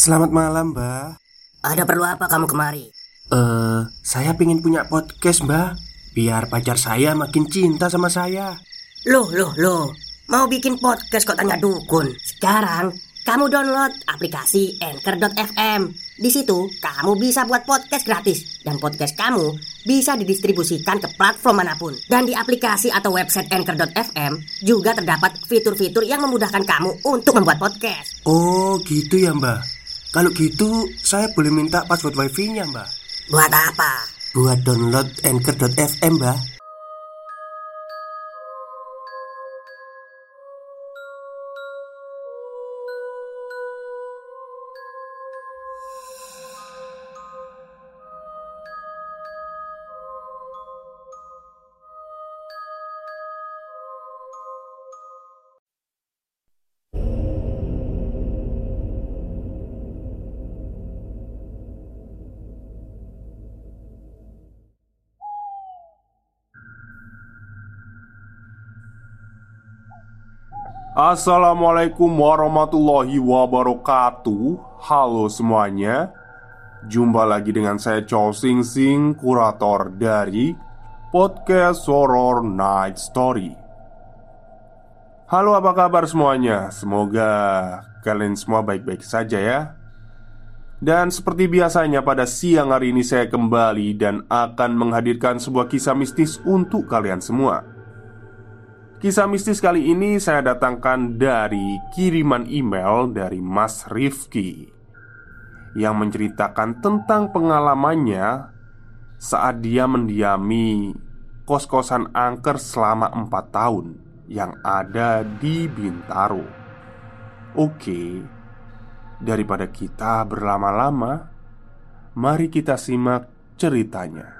Selamat malam, Mbak. Ada perlu apa kamu kemari? Saya pengen punya podcast, Mbak. Biar pacar saya makin cinta sama saya. Loh, mau bikin podcast kok tanya dukun? Sekarang kamu download aplikasi Anchor.fm. Di situ kamu bisa buat podcast gratis dan podcast kamu bisa didistribusikan ke platform manapun. Dan di aplikasi atau website Anchor.fm juga terdapat fitur-fitur yang memudahkan kamu untuk membuat podcast. Oh, gitu ya, Mbak. Kalau gitu, saya boleh minta password wifi-nya, Mbak. Buat apa? Buat download Anchor.fm, Mbak. Assalamualaikum warahmatullahi wabarakatuh. Halo semuanya. Jumpa lagi dengan saya Chow Sing Sing, kurator dari Podcast Horror Night Story. Halo, apa kabar semuanya? Semoga kalian semua baik-baik saja ya. Dan seperti biasanya pada siang hari ini saya kembali dan akan menghadirkan sebuah kisah mistis untuk kalian semua. Kisah mistis kali ini saya datangkan dari kiriman email dari Mas Rifki yang menceritakan tentang pengalamannya saat dia mendiami kos-kosan angker selama 4 tahun yang ada di Bintaro. Oke, daripada kita berlama-lama, mari kita simak ceritanya.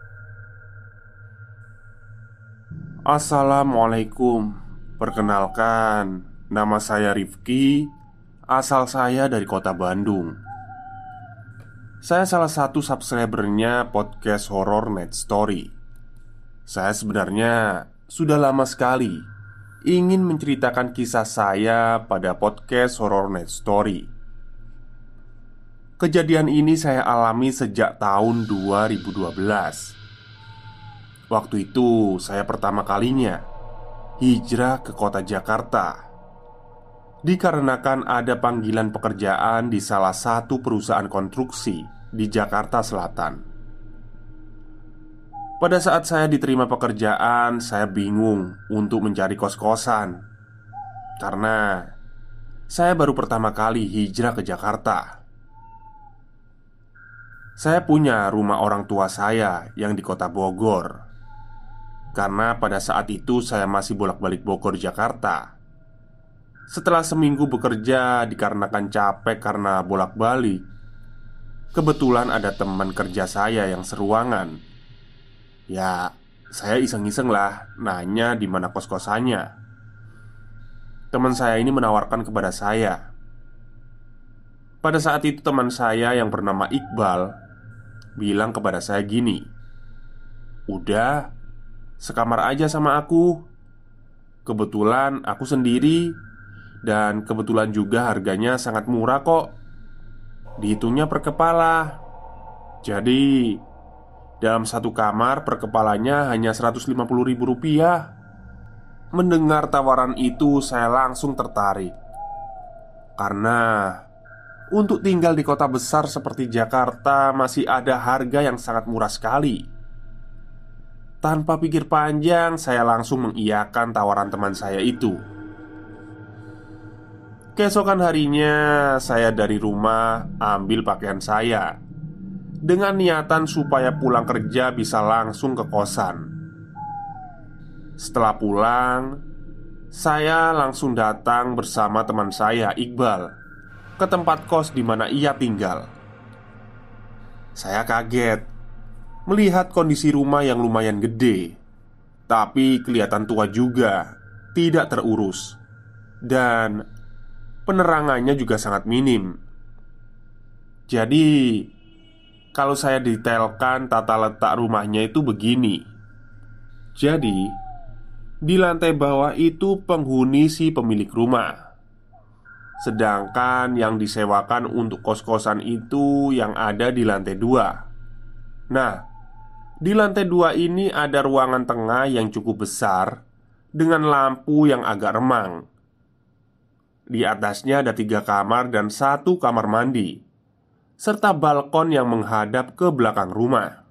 Assalamualaikum. Perkenalkan, nama saya Rifki. Asal saya dari kota Bandung. Saya salah satu subscribernya podcast Horror Night Story. Saya sebenarnya sudah lama sekali ingin menceritakan kisah saya pada podcast Horror Night Story. Kejadian ini saya alami sejak tahun 2012. Waktu itu saya pertama kalinya hijrah ke kota Jakarta dikarenakan ada panggilan pekerjaan di salah satu perusahaan konstruksi di Jakarta Selatan. Pada saat saya diterima pekerjaan, saya bingung untuk mencari kos-kosan karena saya baru pertama kali hijrah ke Jakarta. Saya punya rumah orang tua saya yang di kota Bogor. Karena pada saat itu saya masih bolak-balik Bogor, Jakarta. Setelah seminggu bekerja dikarenakan capek karena bolak-balik, kebetulan ada teman kerja saya yang seruangan. Ya, saya iseng-iseng lah nanya di mana kos-kosannya. Teman saya ini menawarkan kepada saya. Pada saat itu teman saya yang bernama Iqbal bilang kepada saya gini, "Udah, sekamar aja sama aku. Kebetulan aku sendiri dan kebetulan juga harganya sangat murah kok. Dihitungnya per kepala. Jadi dalam satu kamar per kepalanya hanya Rp150.000." Mendengar tawaran itu saya langsung tertarik. Karena untuk tinggal di kota besar seperti Jakarta masih ada harga yang sangat murah sekali. Tanpa pikir panjang, saya langsung mengiyakan tawaran teman saya itu. Keesokan harinya, saya dari rumah ambil pakaian saya dengan niatan supaya pulang kerja bisa langsung ke kosan. Setelah pulang, saya langsung datang bersama teman saya, Iqbal, ke tempat kos di mana ia tinggal. Saya kaget melihat kondisi rumah yang lumayan gede, tapi kelihatan tua juga, tidak terurus, dan penerangannya juga sangat minim. Jadi, kalau saya detailkan tata letak rumahnya itu begini. Jadi, di lantai bawah itu penghuni si pemilik rumah. Sedangkan yang disewakan untuk kos-kosan itu yang ada di lantai 2. Nah, di lantai 2 ini ada ruangan tengah yang cukup besar dengan lampu yang agak remang. Di atasnya ada 3 kamar dan 1 kamar mandi, serta balkon yang menghadap ke belakang rumah.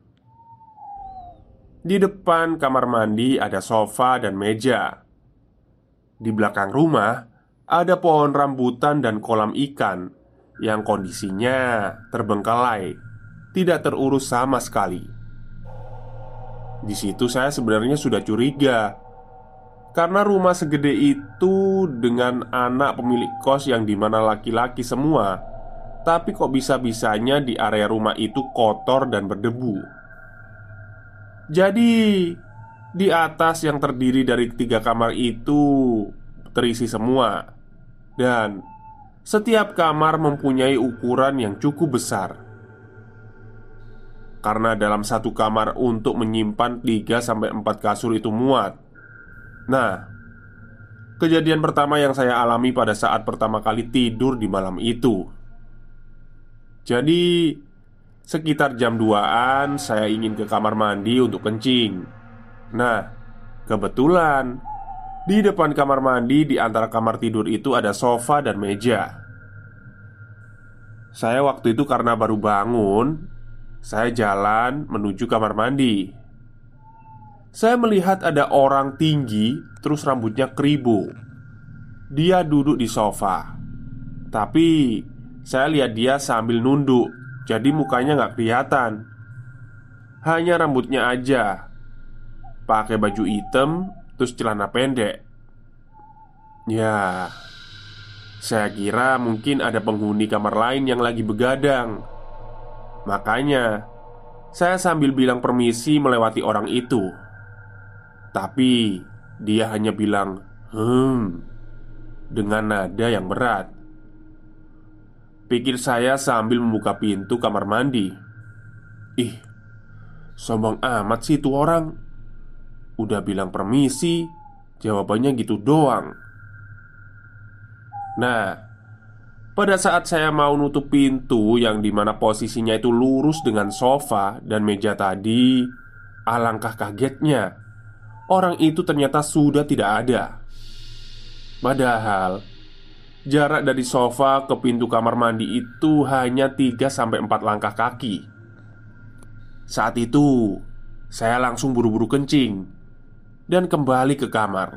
Di depan kamar mandi ada sofa dan meja. Di belakang rumah ada pohon rambutan dan kolam ikan yang kondisinya terbengkalai, tidak terurus sama sekali. Di situ saya sebenarnya sudah curiga, karena rumah segede itu dengan anak pemilik kos yang dimana laki-laki semua, tapi kok bisa-bisanya di area rumah itu kotor dan berdebu. Jadi di atas yang terdiri dari 3 kamar itu terisi semua, dan setiap kamar mempunyai ukuran yang cukup besar. Karena dalam satu kamar untuk menyimpan 3-4 kasur itu muat. Nah, kejadian pertama yang saya alami pada saat pertama kali tidur di malam itu. Jadi sekitar jam 2-an saya ingin ke kamar mandi untuk kencing. Nah, kebetulan di depan kamar mandi di antara kamar tidur itu ada sofa dan meja. Saya waktu itu karena baru bangun, saya jalan menuju kamar mandi. Saya melihat ada orang tinggi, terus rambutnya keribu. Dia duduk di sofa, tapi saya lihat dia sambil nunduk, jadi mukanya nggak kelihatan. Hanya rambutnya aja. Pakai baju hitam, terus celana pendek. Ya, saya kira mungkin ada penghuni kamar lain yang lagi begadang. Makanya saya sambil bilang permisi melewati orang itu. Tapi dia hanya bilang dengan nada yang berat. Pikir saya sambil membuka pintu kamar mandi. Ih, sombong amat sih tuh orang. Udah bilang permisi, jawabannya gitu doang. Nah, pada saat saya mau nutup pintu yang dimana posisinya itu lurus dengan sofa dan meja tadi, alangkah kagetnya, orang itu ternyata sudah tidak ada. Padahal jarak dari sofa ke pintu kamar mandi itu hanya 3-4 langkah kaki. Saat itu saya langsung buru-buru kencing dan kembali ke kamar.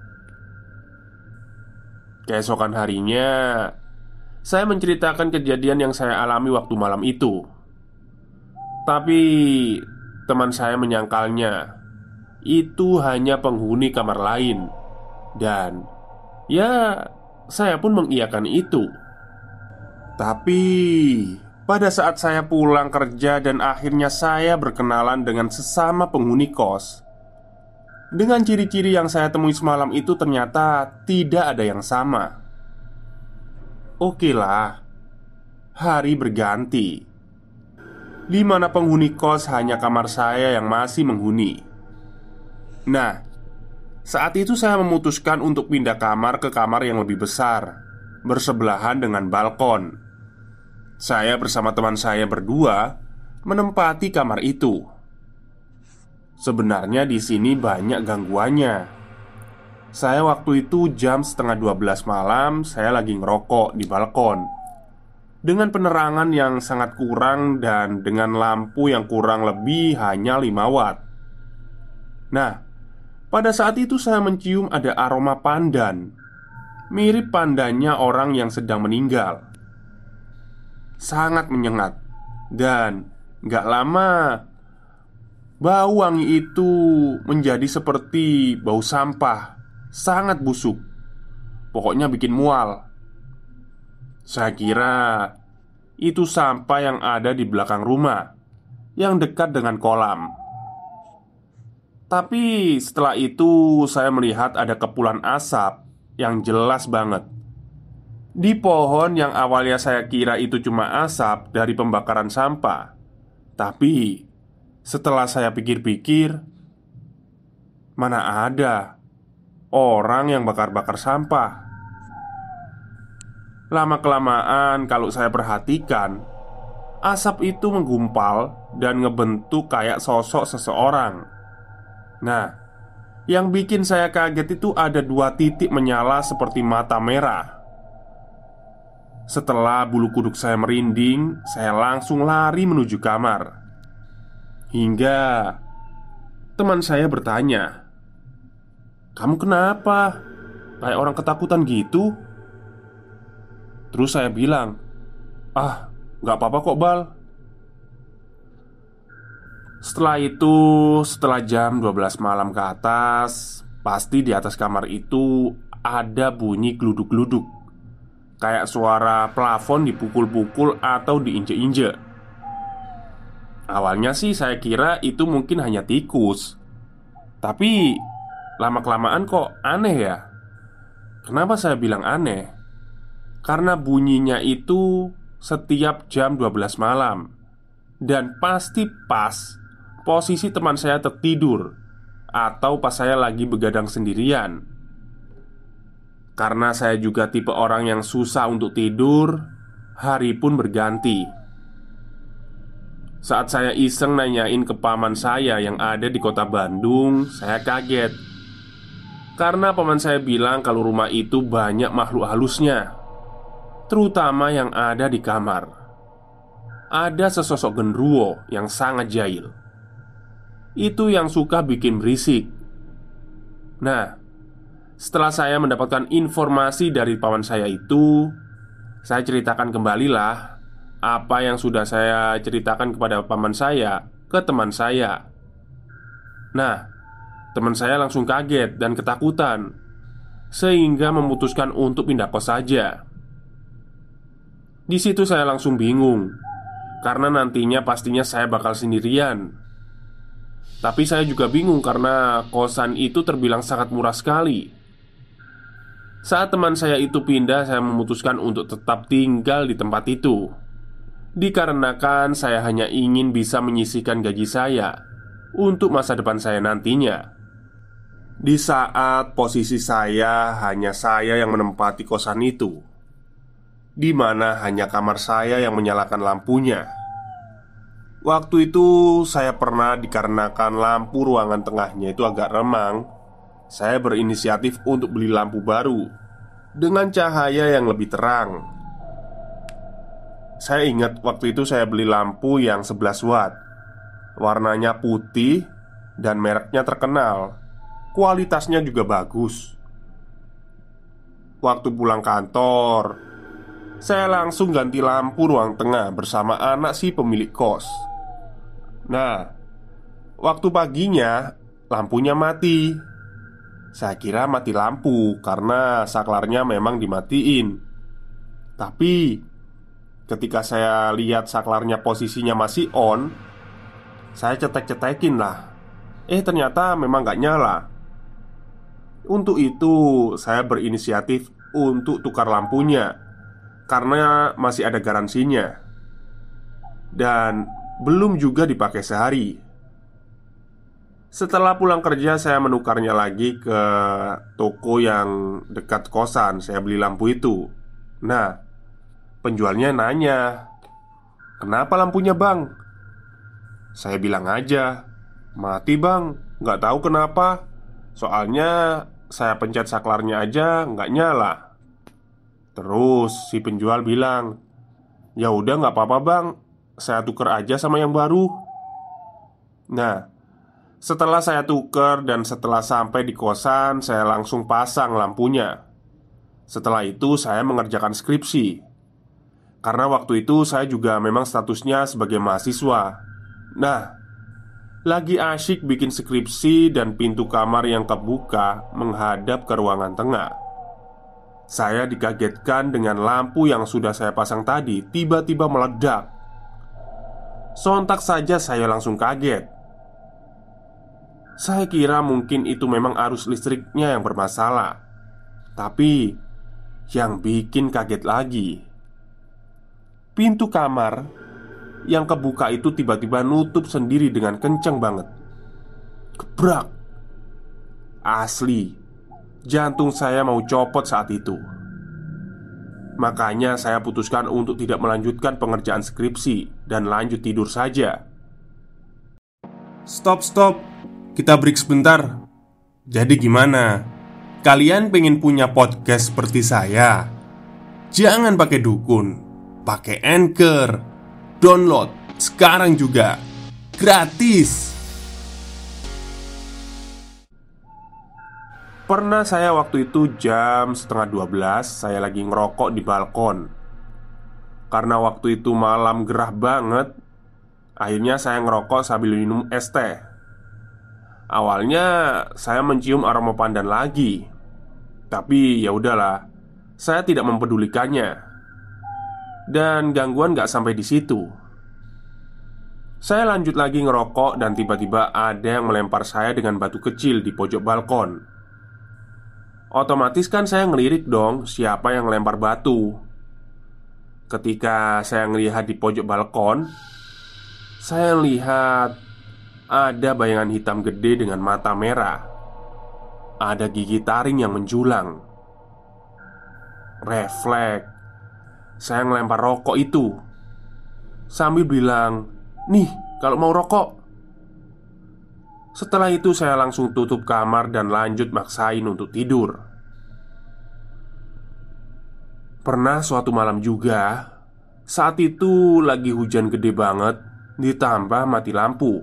Keesokan harinya saya menceritakan kejadian yang saya alami waktu malam itu. Tapi teman saya menyangkalnya itu hanya penghuni kamar lain. Dan ya, saya pun mengiyakan itu. Tapi pada saat saya pulang kerja dan akhirnya saya berkenalan dengan sesama penghuni kos, dengan ciri-ciri yang saya temui semalam itu ternyata tidak ada yang sama. Oke lah, hari berganti, di mana penghuni kos hanya kamar saya yang masih menghuni. Nah, saat itu saya memutuskan untuk pindah kamar ke kamar yang lebih besar, bersebelahan dengan balkon. Saya bersama teman saya berdua menempati kamar itu. Sebenarnya di sini banyak gangguannya. Saya waktu itu jam setengah 12 malam, saya lagi ngerokok di balkon dengan penerangan yang sangat kurang dan dengan lampu yang kurang lebih hanya 5 watt. Nah, pada saat itu saya mencium ada aroma pandan, mirip pandannya orang yang sedang meninggal. Sangat menyengat. Dan gak lama bau wangi itu menjadi seperti bau sampah. Sangat busuk. Pokoknya bikin mual. Saya kira itu sampah yang ada di belakang rumah, yang dekat dengan kolam. Tapi setelah itu saya melihat ada kepulan asap yang jelas banget di pohon yang awalnya saya kira itu cuma asap dari pembakaran sampah. Tapi setelah saya pikir-pikir, mana ada orang yang bakar-bakar sampah. Lama-kelamaan kalau saya perhatikan, asap itu menggumpal dan ngebentuk kayak sosok seseorang. Nah, yang bikin saya kaget itu ada 2 titik menyala seperti mata merah. Setelah bulu kuduk saya merinding, saya langsung lari menuju kamar. Hingga teman saya bertanya, "Kamu kenapa? Kayak orang ketakutan gitu?" Terus saya bilang, "Ah, gak apa-apa kok, Bal." Setelah itu, setelah jam 12 malam ke atas, pasti di atas kamar itu ada bunyi gluduk-gluduk, kayak suara plafon dipukul-pukul atau diinjek-injek. Awalnya sih saya kira itu mungkin hanya tikus. Tapi lama-kelamaan kok aneh ya. Kenapa saya bilang aneh? Karena bunyinya itu setiap jam 12 malam. Dan pasti pas posisi teman saya tertidur atau pas saya lagi begadang sendirian. Karena saya juga tipe orang yang susah untuk tidur, hari pun berganti. Saat saya iseng nanyain ke paman saya yang ada di kota Bandung, saya kaget. Karena paman saya bilang kalau rumah itu banyak makhluk halusnya, terutama yang ada di kamar. Ada sesosok genderuwo yang sangat jahil. Itu yang suka bikin berisik. Nah, setelah saya mendapatkan informasi dari paman saya itu, saya ceritakan kembalilah apa yang sudah saya ceritakan kepada paman saya ke teman saya. Nah, teman saya langsung kaget dan ketakutan, sehingga memutuskan untuk pindah kos saja. Di situ saya langsung bingung, karena nantinya pastinya saya bakal sendirian. Tapi saya juga bingung karena kosan itu terbilang sangat murah sekali. Saat teman saya itu pindah, saya memutuskan untuk tetap tinggal di tempat itu, dikarenakan saya hanya ingin bisa menyisihkan gaji saya untuk masa depan saya nantinya. Di saat posisi hanya saya yang menempati kosan itu, di mana hanya kamar saya yang menyalakan lampunya. Waktu itu saya pernah, dikarenakan lampu ruangan tengahnya itu agak remang, saya berinisiatif untuk beli lampu baru dengan cahaya yang lebih terang. Saya ingat waktu itu saya beli lampu yang 11 watt. Warnanya putih dan mereknya terkenal. Kualitasnya juga bagus. Waktu pulang kantor, saya langsung ganti lampu ruang tengah bersama anak si pemilik kos. Nah, waktu paginya lampunya mati. Saya kira mati lampu karena saklarnya memang dimatiin. Tapi ketika saya lihat saklarnya posisinya masih on, saya cetek-cetekin lah. Ternyata memang gak nyala. Untuk itu saya berinisiatif untuk tukar lampunya, karena masih ada garansinya. Dan belum juga dipakai sehari. Setelah pulang kerja, saya menukarnya lagi ke toko yang dekat kosan. Saya beli lampu itu. Nah, penjualnya nanya, "Kenapa lampunya, Bang?" Saya bilang aja, "Mati, Bang, nggak tahu kenapa. Soalnya saya pencet saklarnya aja nggak nyala." Terus si penjual bilang, "Ya udah nggak apa-apa, Bang, saya tuker aja sama yang baru." Nah, setelah saya tuker dan setelah sampai di kosan, saya langsung pasang lampunya. Setelah itu saya mengerjakan skripsi. Karena waktu itu saya juga memang statusnya sebagai mahasiswa. Nah, lagi asyik bikin skripsi dan pintu kamar yang kebuka menghadap ke ruangan tengah. Saya dikagetkan dengan lampu yang sudah saya pasang tadi tiba-tiba meledak. Sontak saja saya langsung kaget. Saya kira mungkin itu memang arus listriknya yang bermasalah. Tapi yang bikin kaget lagi, pintu kamar yang kebuka itu tiba-tiba nutup sendiri dengan kenceng banget. Gebrak. Asli, jantung saya mau copot saat itu. Makanya saya putuskan untuk tidak melanjutkan pengerjaan skripsi dan lanjut tidur saja. Stop, kita break sebentar. Jadi gimana? Kalian pengen punya podcast seperti saya? Jangan pakai dukun, pakai Anchor. Download sekarang juga, gratis. Pernah saya waktu itu jam setengah 12, saya lagi ngerokok di balkon. Karena waktu itu malam gerah banget, akhirnya saya ngerokok sambil minum es teh. Awalnya saya mencium aroma pandan lagi, tapi ya udahlah, saya tidak mempedulikannya. Dan gangguan gak sampai di situ. Saya lanjut lagi ngerokok dan tiba-tiba ada yang melempar saya dengan batu kecil di pojok balkon. Otomatis kan saya ngelirik dong siapa yang lempar batu. Ketika saya ngelihat di pojok balkon, saya lihat ada bayangan hitam gede dengan mata merah. Ada gigi taring yang menjulang. Refleks, saya ngelempar rokok itu sambil bilang, "Nih, kalau mau rokok." Setelah itu saya langsung tutup kamar dan lanjut maksain untuk tidur. Pernah suatu malam juga, saat itu lagi hujan gede banget, ditambah mati lampu.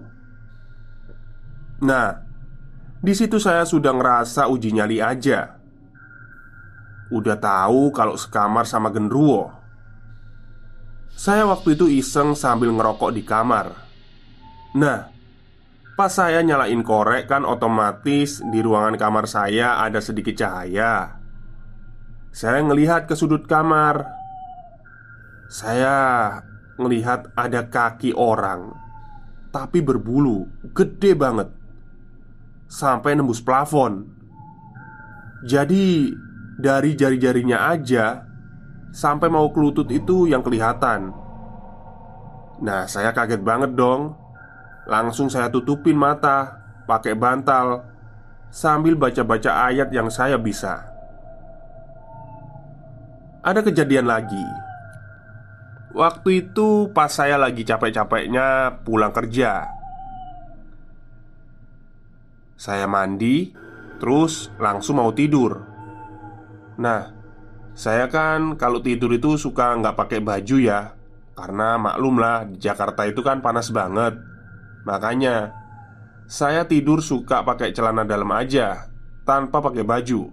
Nah, di situ saya sudah ngerasa uji nyali aja. Udah tahu kalau sekamar sama genderuwo. Saya waktu itu iseng sambil ngerokok di kamar. Nah, pas saya nyalain korek kan otomatis di ruangan kamar saya ada sedikit cahaya. Saya ngelihat ke sudut kamar. Saya ngelihat ada kaki orang, tapi berbulu, gede banget, sampai nembus plafon. Jadi dari jari-jarinya aja sampai mau ke lutut itu yang kelihatan. Nah, saya kaget banget dong. Langsung saya tutupin mata pakai bantal sambil baca-baca ayat yang saya bisa. Ada kejadian lagi. Waktu itu pas saya lagi capek-capeknya pulang kerja. Saya mandi, terus langsung mau tidur. Nah, saya kan kalau tidur itu suka nggak pakai baju ya. Karena maklum lah, di Jakarta itu kan panas banget. Makanya saya tidur suka pakai celana dalam aja, tanpa pakai baju.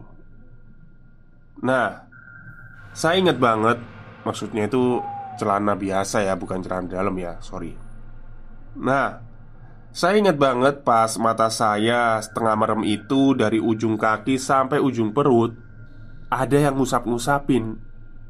Nah, saya ingat banget, maksudnya itu celana biasa ya, bukan celana dalam ya, sorry. Nah, saya ingat banget pas mata saya setengah merem itu dari ujung kaki sampai ujung perut ada yang ngusap-ngusapin.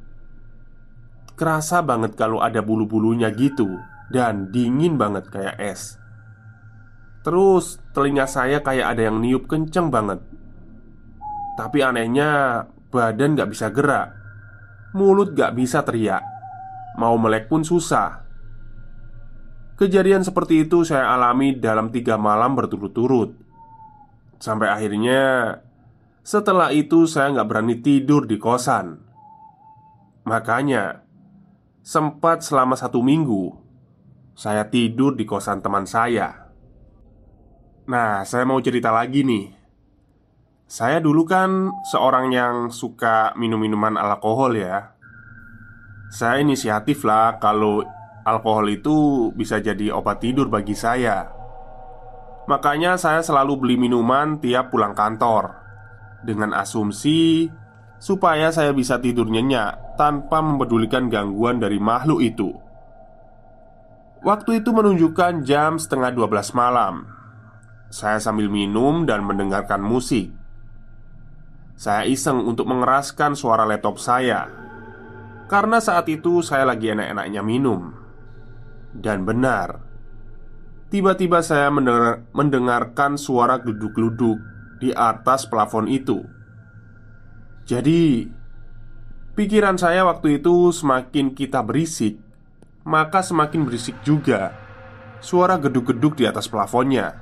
Kerasa banget kalau ada bulu-bulunya gitu, dan dingin banget kayak es. Terus telinga saya kayak ada yang niup kenceng banget. Tapi anehnya badan gak bisa gerak, mulut gak bisa teriak, mau melek pun susah. Kejadian seperti itu saya alami dalam 3 malam berturut-turut. Sampai akhirnya setelah itu saya gak berani tidur di kosan. Makanya sempat selama 1 minggu saya tidur di kosan teman saya. Nah, saya mau cerita lagi nih. Saya dulu kan seorang yang suka minum-minuman alkohol ya. Saya inisiatif lah kalau alkohol itu bisa jadi obat tidur bagi saya. Makanya saya selalu beli minuman tiap pulang kantor, dengan asumsi supaya saya bisa tidur nyenyak tanpa mempedulikan gangguan dari makhluk itu. Waktu itu menunjukkan jam setengah 12 malam. Saya sambil minum dan mendengarkan musik. Saya iseng untuk mengeraskan suara laptop saya, karena saat itu saya lagi enak-enaknya minum. Dan benar, tiba-tiba saya mendengarkan suara gluduk-gluduk di atas plafon itu. Jadi, pikiran saya waktu itu semakin kita berisik, maka semakin berisik juga suara geduk-geduk di atas plafonnya.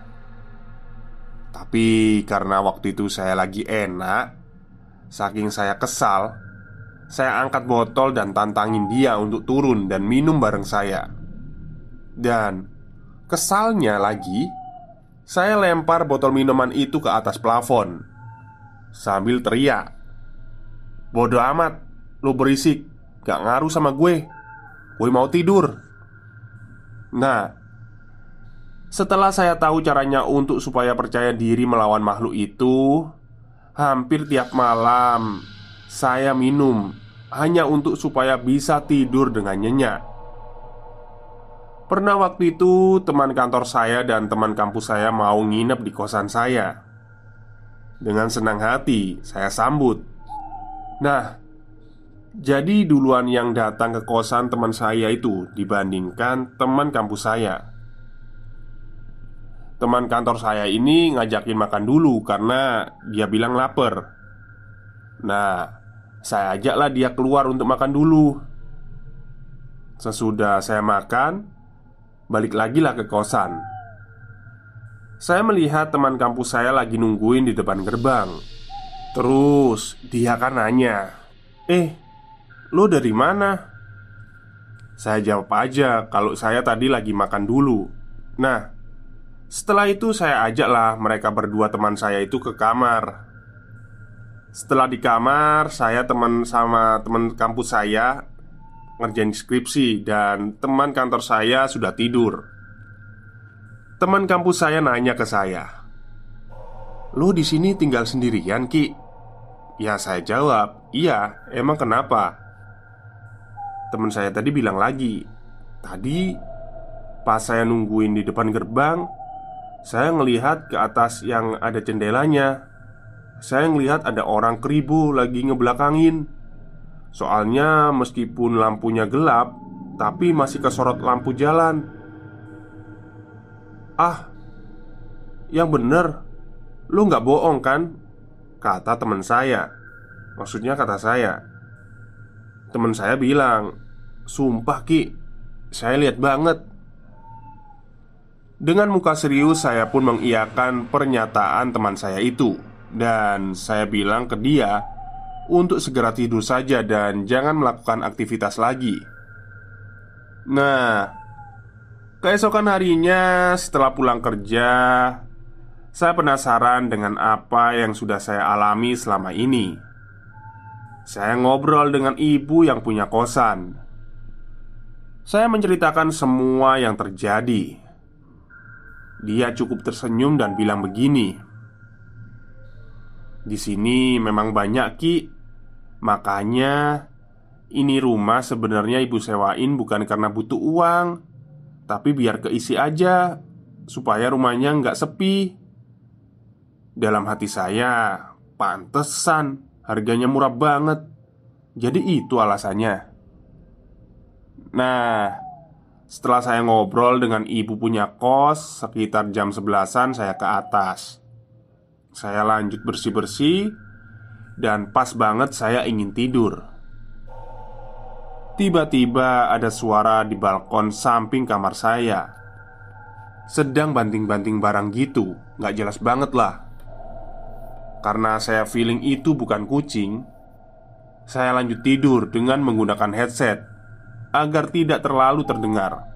Tapi karena waktu itu saya lagi enak, saking saya kesal, saya angkat botol dan tantangin dia untuk turun dan minum bareng saya. Dan kesalnya lagi, saya lempar botol minuman itu ke atas plafon sambil teriak, "Bodoh amat, lu berisik, gak ngaruh sama gue mau tidur." Nah, setelah saya tahu caranya untuk supaya percaya diri melawan makhluk itu, hampir tiap malam saya minum hanya untuk supaya bisa tidur dengan nyenyak. Pernah waktu itu teman kantor saya dan teman kampus saya mau nginep di kosan saya. Dengan senang hati saya sambut. Nah, jadi duluan yang datang ke kosan teman saya itu dibandingkan teman kampus saya. Teman kantor saya ini ngajakin makan dulu karena dia bilang lapar. Nah, saya ajaklah dia keluar untuk makan dulu. Sesudah saya makan, balik lagi lah ke kosan. Saya melihat teman kampus saya lagi nungguin di depan gerbang. Terus dia kan nanya, lo dari mana?" Saya jawab aja kalau saya tadi lagi makan dulu. Nah, setelah itu saya ajaklah mereka berdua teman saya itu ke kamar. Setelah di kamar, saya sama teman kampus saya ngerjain skripsi dan teman kantor saya sudah tidur. Teman kampus saya nanya ke saya, "Lo di sini tinggal sendirian, Ki?" Ya saya jawab, "Iya, emang kenapa?" Teman saya tadi bilang lagi, "Tadi pas saya nungguin di depan gerbang, saya ngelihat ke atas yang ada jendelanya. Saya ngelihat ada orang keribu lagi ngebelakangin. Soalnya meskipun lampunya gelap, tapi masih kesorot lampu jalan." "Ah, yang bener, lu gak bohong kan?" kata teman saya. Maksudnya kata saya. Teman saya bilang, "Sumpah Ki, saya lihat banget." Dengan muka serius saya pun mengiyakan pernyataan teman saya itu. Dan saya bilang ke dia untuk segera tidur saja dan jangan melakukan aktivitas lagi. Nah, keesokan harinya setelah pulang kerja, saya penasaran dengan apa yang sudah saya alami selama ini. Saya ngobrol dengan ibu yang punya kosan. Saya menceritakan semua yang terjadi. Dia cukup tersenyum dan bilang begini, "Di sini memang banyak, Ki. Makanya ini rumah sebenarnya ibu sewain bukan karena butuh uang, tapi biar keisi aja, supaya rumahnya nggak sepi." Dalam hati saya, pantesan harganya murah banget. Jadi itu alasannya. Nah, setelah saya ngobrol dengan ibu punya kos, sekitar jam 11-an saya ke atas. Saya lanjut bersih-bersih, dan pas banget saya ingin tidur. Tiba-tiba ada suara di balkon samping kamar saya. Sedang banting-banting barang gitu, gak jelas banget lah. Karena saya feeling itu bukan kucing, saya lanjut tidur dengan menggunakan headset agar tidak terlalu terdengar.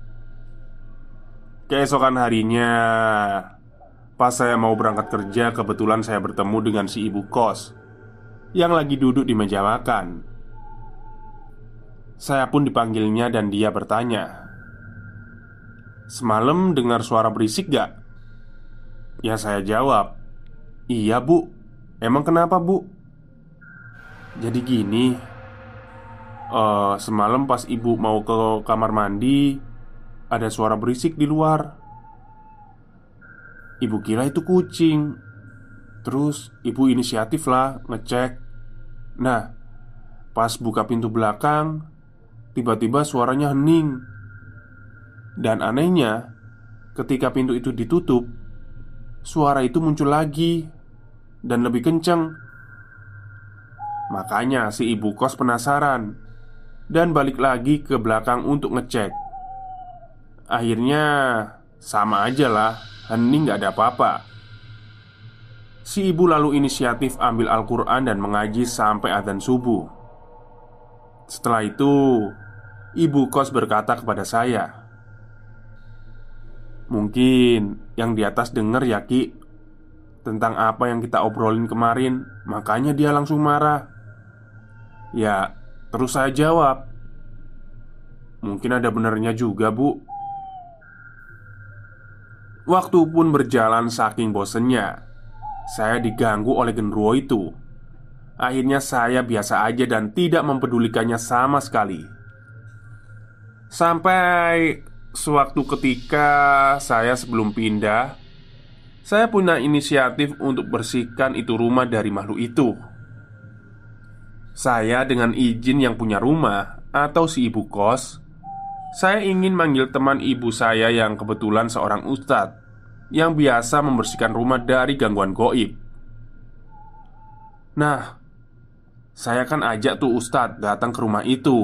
Keesokan harinya, pas saya mau berangkat kerja, kebetulan saya bertemu dengan si ibu kos yang lagi duduk di meja makan. Saya pun dipanggilnya dan dia bertanya, "Semalam dengar suara berisik gak?" Ya saya jawab, "Iya bu, emang kenapa bu?" "Jadi gini, semalam pas ibu mau ke kamar mandi, ada suara berisik di luar. Ibu kira itu kucing. Terus ibu inisiatif lah ngecek. Nah, pas buka pintu belakang, tiba-tiba suaranya hening. Dan anehnya, ketika pintu itu ditutup, suara itu muncul lagi dan lebih kenceng. Makanya si ibu kos penasaran dan balik lagi ke belakang untuk ngecek. Akhirnya sama aja lah, hening gak ada apa-apa. Si ibu lalu inisiatif ambil Al-Quran dan mengaji sampai adzan subuh. Setelah itu, ibu kos berkata kepada saya, "Mungkin yang di atas denger ya Ki, tentang apa yang kita obrolin kemarin, makanya dia langsung marah." Ya, terus saya jawab, "Mungkin ada benernya juga, Bu." Waktu pun berjalan saking bosennya. Saya diganggu oleh genderuwo itu. Akhirnya saya biasa aja dan tidak mempedulikannya sama sekali. Sampai sewaktu ketika saya sebelum pindah, saya punya inisiatif untuk bersihkan itu rumah dari makhluk itu. Saya dengan izin yang punya rumah atau si ibu kos, saya ingin manggil teman ibu saya yang kebetulan seorang ustadz yang biasa membersihkan rumah dari gangguan gaib. Nah, saya kan ajak tuh ustadz datang ke rumah itu.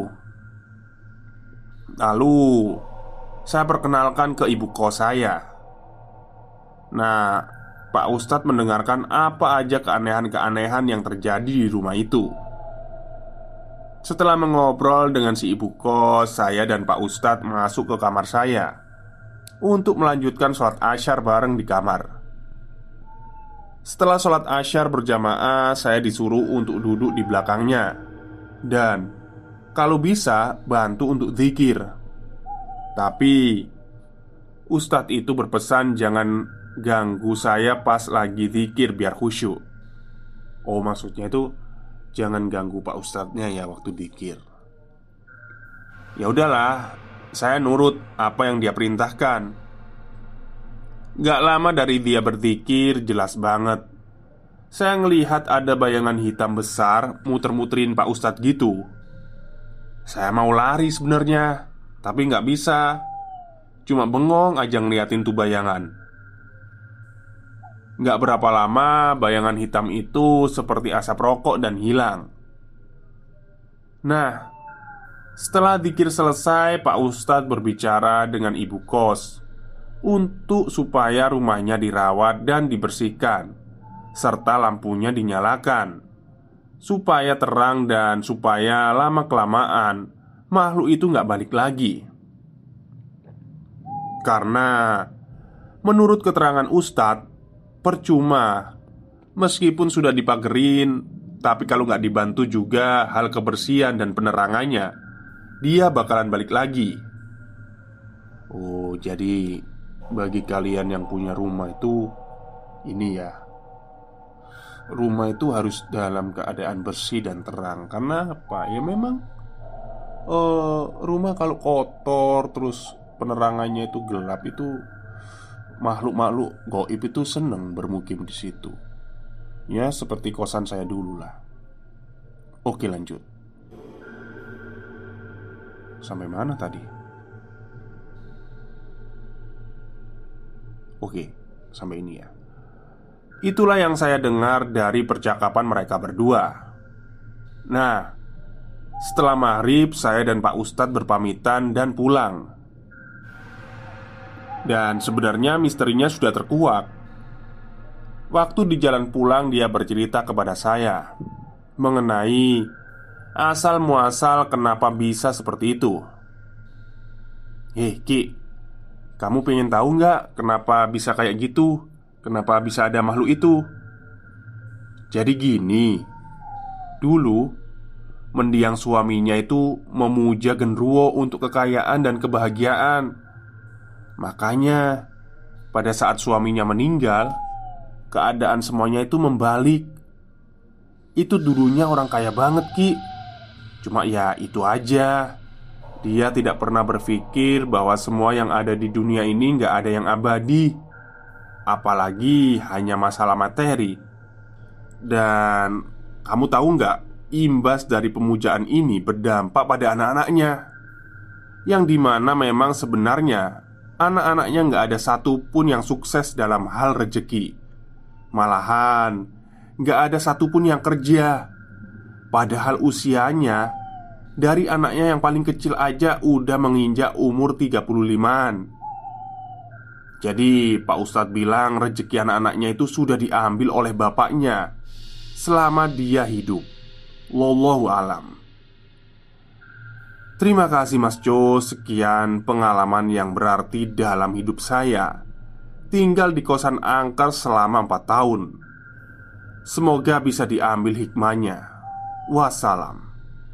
Lalu saya perkenalkan ke ibu kos saya. Nah, Pak Ustadz mendengarkan apa aja keanehan-keanehan yang terjadi di rumah itu. Setelah mengobrol dengan si ibu kos, saya dan Pak Ustadz masuk ke kamar saya untuk melanjutkan sholat asyar bareng di kamar. Setelah sholat asyar berjamaah, saya disuruh untuk duduk di belakangnya dan kalau bisa bantu untuk zikir. Tapi Ustadz itu berpesan jangan ganggu saya pas lagi zikir biar khusyuk. Oh, maksudnya itu jangan ganggu Pak Ustadznya ya waktu zikir. Ya udahlah, saya nurut apa yang dia perintahkan. Gak lama dari dia berzikir, jelas banget saya ngelihat ada bayangan hitam besar muter-muterin Pak Ustadz gitu. Saya mau lari sebenarnya, tapi gak bisa. Cuma bengong aja ngeliatin tuh bayangan. Gak berapa lama bayangan hitam itu seperti asap rokok dan hilang. Nah, setelah zikir selesai, Pak Ustadz berbicara dengan ibu kos untuk supaya rumahnya dirawat dan dibersihkan, serta lampunya dinyalakan supaya terang dan supaya lama-kelamaan makhluk itu nggak balik lagi. Karena menurut keterangan Ustadz, percuma meskipun sudah dipagerin, tapi kalau nggak dibantu juga hal kebersihan dan penerangannya, dia bakalan balik lagi. Oh, jadi bagi kalian yang punya rumah itu, ini ya, rumah itu harus dalam keadaan bersih dan terang. Karena apa? Ya memang rumah kalau kotor terus penerangannya itu gelap, itu makhluk-makhluk gaib itu seneng bermukim di situ. Ya seperti kosan saya dulu lah. Oke, lanjut. Sampai mana tadi? Oke, sampai ini ya. Itulah yang saya dengar dari percakapan mereka berdua. Nah, setelah maghrib, saya dan Pak Ustadz berpamitan dan pulang. Dan sebenarnya misterinya sudah terkuak. Waktu di jalan pulang, dia bercerita kepada saya mengenai asal muasal kenapa bisa seperti itu. Ki, kamu pengen tahu nggak kenapa bisa kayak gitu? Kenapa bisa ada makhluk itu? Jadi gini, dulu mendiang suaminya itu memuja genderuwo untuk kekayaan dan kebahagiaan. Makanya pada saat suaminya meninggal, keadaan semuanya itu membalik. Itu dulunya orang kaya banget, Ki. Cuma ya itu aja, dia tidak pernah berpikir bahwa semua yang ada di dunia ini nggak ada yang abadi, apalagi hanya masalah materi. Dan kamu tahu nggak, imbas dari pemujaan ini berdampak pada anak-anaknya, yang dimana memang sebenarnya anak-anaknya nggak ada satupun yang sukses dalam hal rejeki. Malahan nggak ada satupun yang kerja. Padahal usianya dari anaknya yang paling kecil aja udah menginjak umur 35-an. Jadi Pak Ustadz bilang rezeki anak-anaknya itu sudah diambil oleh bapaknya selama dia hidup. Wallahu alam. Terima kasih Mas Jo. Sekian pengalaman yang berarti dalam hidup saya. Tinggal di kosan angker selama 4 tahun. Semoga bisa diambil hikmahnya. Wassalam.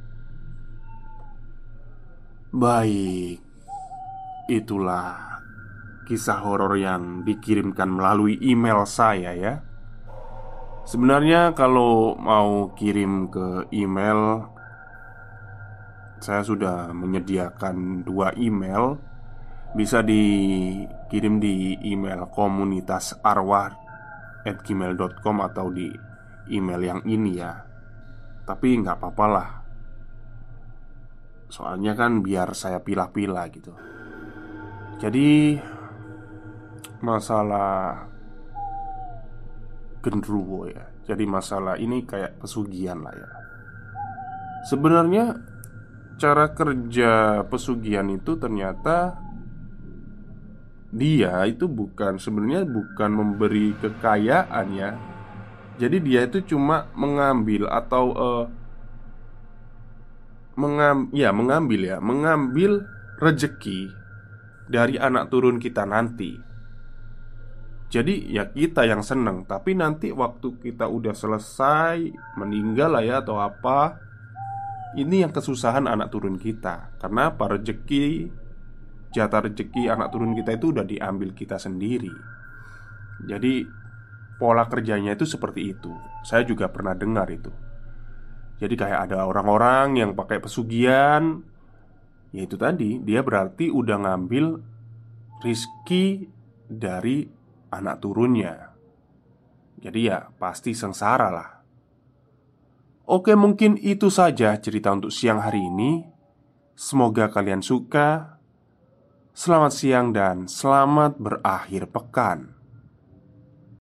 Baik, itulah kisah horor yang dikirimkan melalui email saya ya. Sebenarnya kalau mau kirim ke email, saya sudah menyediakan 2 email. Bisa dikirim di email komunitasarwah@gmail.com atau di email yang ini ya. Tapi nggak apa-apa lah. Soalnya kan biar saya pilah-pilah gitu. Jadi masalah genderuwo ya. Jadi masalah ini kayak pesugihan lah ya. Sebenarnya cara kerja pesugihan itu ternyata dia itu sebenarnya bukan memberi kekayaan ya. Jadi dia itu cuma mengambil atau mengambil rejeki dari anak turun kita nanti. Jadi ya kita yang seneng, tapi nanti waktu kita udah selesai meninggal lah ya atau apa, ini yang kesusahan anak turun kita. Karena apa? Jatah rezeki anak turun kita itu udah diambil kita sendiri. Jadi pola kerjanya itu seperti itu. Saya juga pernah dengar itu. Jadi kayak ada orang-orang yang pakai pesugihan. Ya itu tadi, dia berarti udah ngambil rizki dari anak turunnya. Jadi ya pasti sengsara lah. Oke, mungkin itu saja cerita untuk siang hari ini. Semoga kalian suka. Selamat siang dan selamat berakhir pekan.